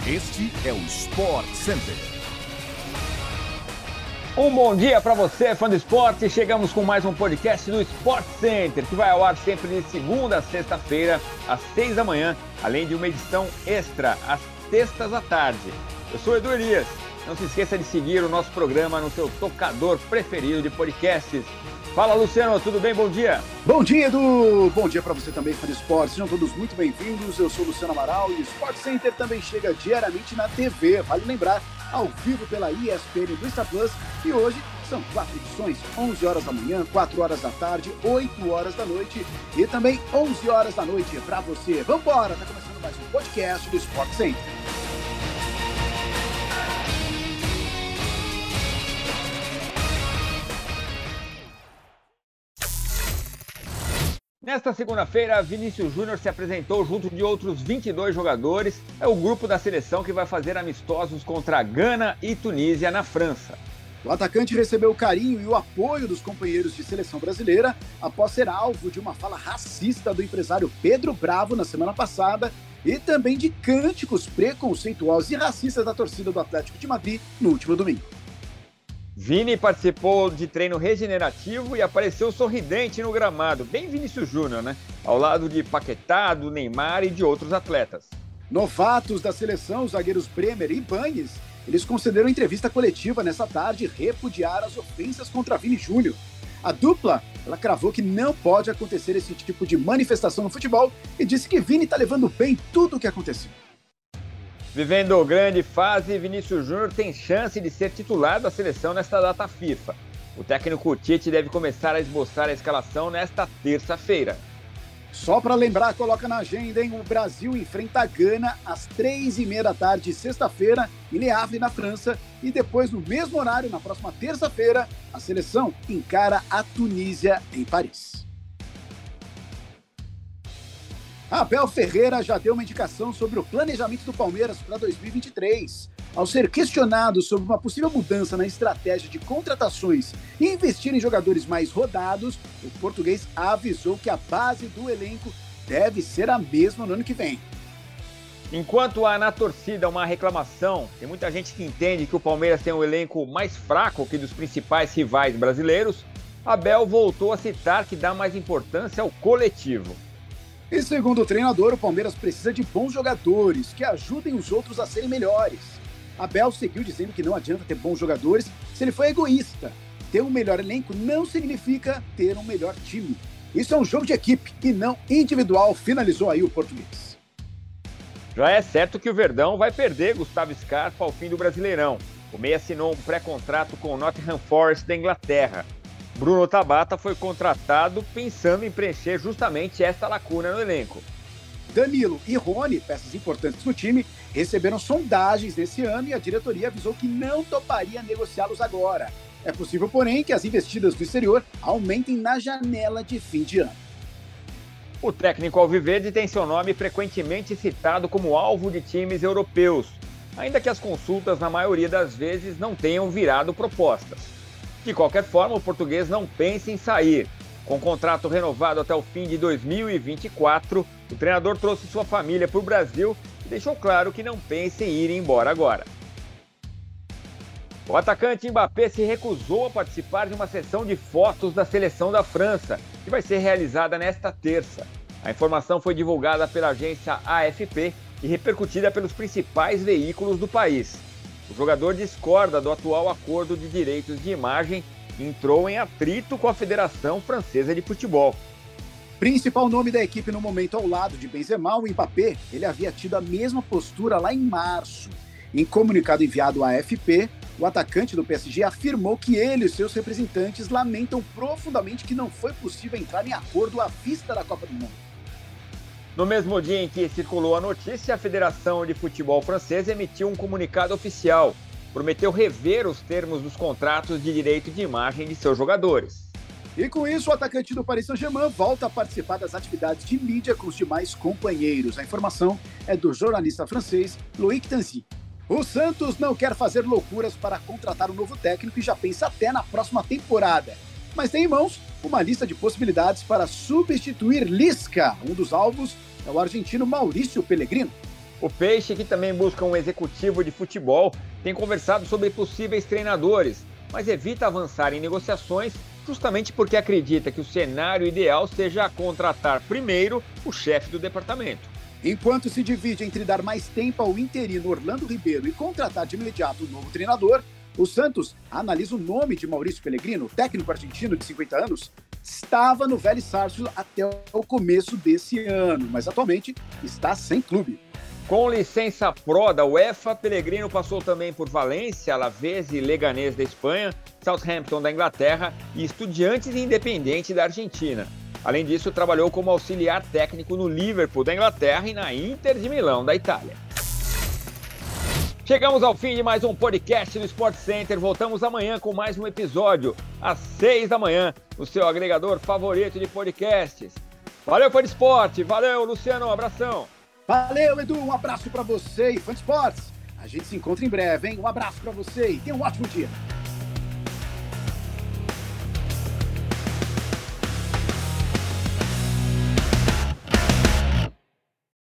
Este é o Sport Center. Um bom dia para você, fã do esporte. Chegamos com mais um podcast do Sport Center, que vai ao ar sempre de segunda a sexta-feira, às 6 da manhã, além de uma edição extra, às sextas à tarde. Eu sou Edu Elias. Não se esqueça de seguir o nosso programa no seu tocador preferido de podcasts. Fala, Luciano, tudo bem? Bom dia. Bom dia, Edu. Bom dia para você também, fã de esporte. Sejam todos muito bem-vindos. Eu sou o Luciano Amaral e o Sport Center também chega diariamente na TV. Vale lembrar, ao vivo pela ESPN do Star Plus. E hoje são 4 edições, 11 horas da manhã, 4 horas da tarde, 8 horas da noite e também 11 horas da noite para você. Vambora, tá começando mais um podcast do Sport Center. Nesta segunda-feira, Vinícius Júnior se apresentou junto de outros 22 jogadores. É o grupo da seleção que vai fazer amistosos contra Gana e Tunísia na França. O atacante recebeu o carinho e o apoio dos companheiros de seleção brasileira após ser alvo de uma fala racista do empresário Pedro Bravo na semana passada e também de cânticos preconceituosos e racistas da torcida do Atlético de Madrid no último domingo. Vini participou de treino regenerativo e apareceu sorridente no gramado, bem Vinícius Júnior, né? Ao lado de Paquetá, do Neymar e de outros atletas. Novatos da seleção, os zagueiros Bremer e Ibañez, eles concederam entrevista coletiva nessa tarde e repudiaram as ofensas contra Vini Júnior. A dupla, ela cravou que não pode acontecer esse tipo de manifestação no futebol e disse que Vini está levando bem tudo o que aconteceu. Vivendo grande fase, Vinícius Júnior tem chance de ser titular da seleção nesta data FIFA. O técnico Tite deve começar a esboçar a escalação nesta terça-feira. Só para lembrar, coloca na agenda, hein? O Brasil enfrenta a Gana às 3h30 da tarde, sexta-feira, em Le Havre, na França. E depois, no mesmo horário, na próxima terça-feira, a seleção encara a Tunísia em Paris. Abel Ferreira já deu uma indicação sobre o planejamento do Palmeiras para 2023. Ao ser questionado sobre uma possível mudança na estratégia de contratações e investir em jogadores mais rodados, o português avisou que a base do elenco deve ser a mesma no ano que vem. Enquanto há na torcida uma reclamação, tem muita gente que entende que o Palmeiras tem um elenco mais fraco que dos principais rivais brasileiros, Abel voltou a citar que dá mais importância ao coletivo. E segundo o treinador, o Palmeiras precisa de bons jogadores que ajudem os outros a serem melhores. Abel seguiu dizendo que não adianta ter bons jogadores se ele for egoísta. Ter um melhor elenco não significa ter um melhor time. Isso é um jogo de equipe e não individual, finalizou aí o português. Já é certo que o Verdão vai perder Gustavo Scarpa ao fim do Brasileirão. O meia assinou um pré-contrato com o Nottingham Forest da Inglaterra. Bruno Tabata foi contratado pensando em preencher justamente esta lacuna no elenco. Danilo e Rony, peças importantes no time, receberam sondagens nesse ano e a diretoria avisou que não toparia negociá-los agora. É possível, porém, que as investidas do exterior aumentem na janela de fim de ano. O técnico alviverde tem seu nome frequentemente citado como alvo de times europeus, ainda que as consultas, na maioria das vezes, não tenham virado propostas. De qualquer forma, o português não pensa em sair. Com contrato renovado até o fim de 2024, o treinador trouxe sua família para o Brasil e deixou claro que não pensa em ir embora agora. O atacante Mbappé se recusou a participar de uma sessão de fotos da seleção da França, que vai ser realizada nesta terça. A informação foi divulgada pela agência AFP e repercutida pelos principais veículos do país. O jogador discorda do atual acordo de direitos de imagem e entrou em atrito com a Federação Francesa de Futebol. Principal nome da equipe no momento ao lado de Benzema, o Mbappé, ele havia tido a mesma postura lá em março. Em comunicado enviado à AFP, o atacante do PSG afirmou que ele e seus representantes lamentam profundamente que não foi possível entrar em acordo à vista da Copa do Mundo. No mesmo dia em que circulou a notícia, a Federação de Futebol Francesa emitiu um comunicado oficial. Prometeu rever os termos dos contratos de direito de imagem de seus jogadores. E com isso, o atacante do Paris Saint-Germain volta a participar das atividades de mídia com os demais companheiros. A informação é do jornalista francês Loïc Tanzi. O Santos não quer fazer loucuras para contratar um novo técnico e já pensa até na próxima temporada. Mas tem em mãos uma lista de possibilidades para substituir Lisca. Um dos alvos é o argentino Maurício Pellegrino. O Peixe, que também busca um executivo de futebol, tem conversado sobre possíveis treinadores, mas evita avançar em negociações justamente porque acredita que o cenário ideal seja contratar primeiro o chefe do departamento. Enquanto se divide entre dar mais tempo ao interino Orlando Ribeiro e contratar de imediato um novo treinador, o Santos analisa o nome de Maurício Pellegrino, técnico argentino de 50 anos, estava no Vélez Sarsfield até o começo desse ano, mas atualmente está sem clube. Com licença pró da UEFA, Pellegrino passou também por Valência, Alavés e Leganés da Espanha, Southampton da Inglaterra e Estudiantes Independente da Argentina. Além disso, trabalhou como auxiliar técnico no Liverpool da Inglaterra e na Inter de Milão da Itália. Chegamos ao fim de mais um podcast do Sport Center. Voltamos amanhã com mais um episódio, às 6 da manhã, no seu agregador favorito de podcasts. Valeu, Fã de Esporte! Valeu, Luciano! Um abração! Valeu, Edu! Um abraço para você e Fã de Esportes! A gente se encontra em breve, hein? Um abraço para você e tenha um ótimo dia!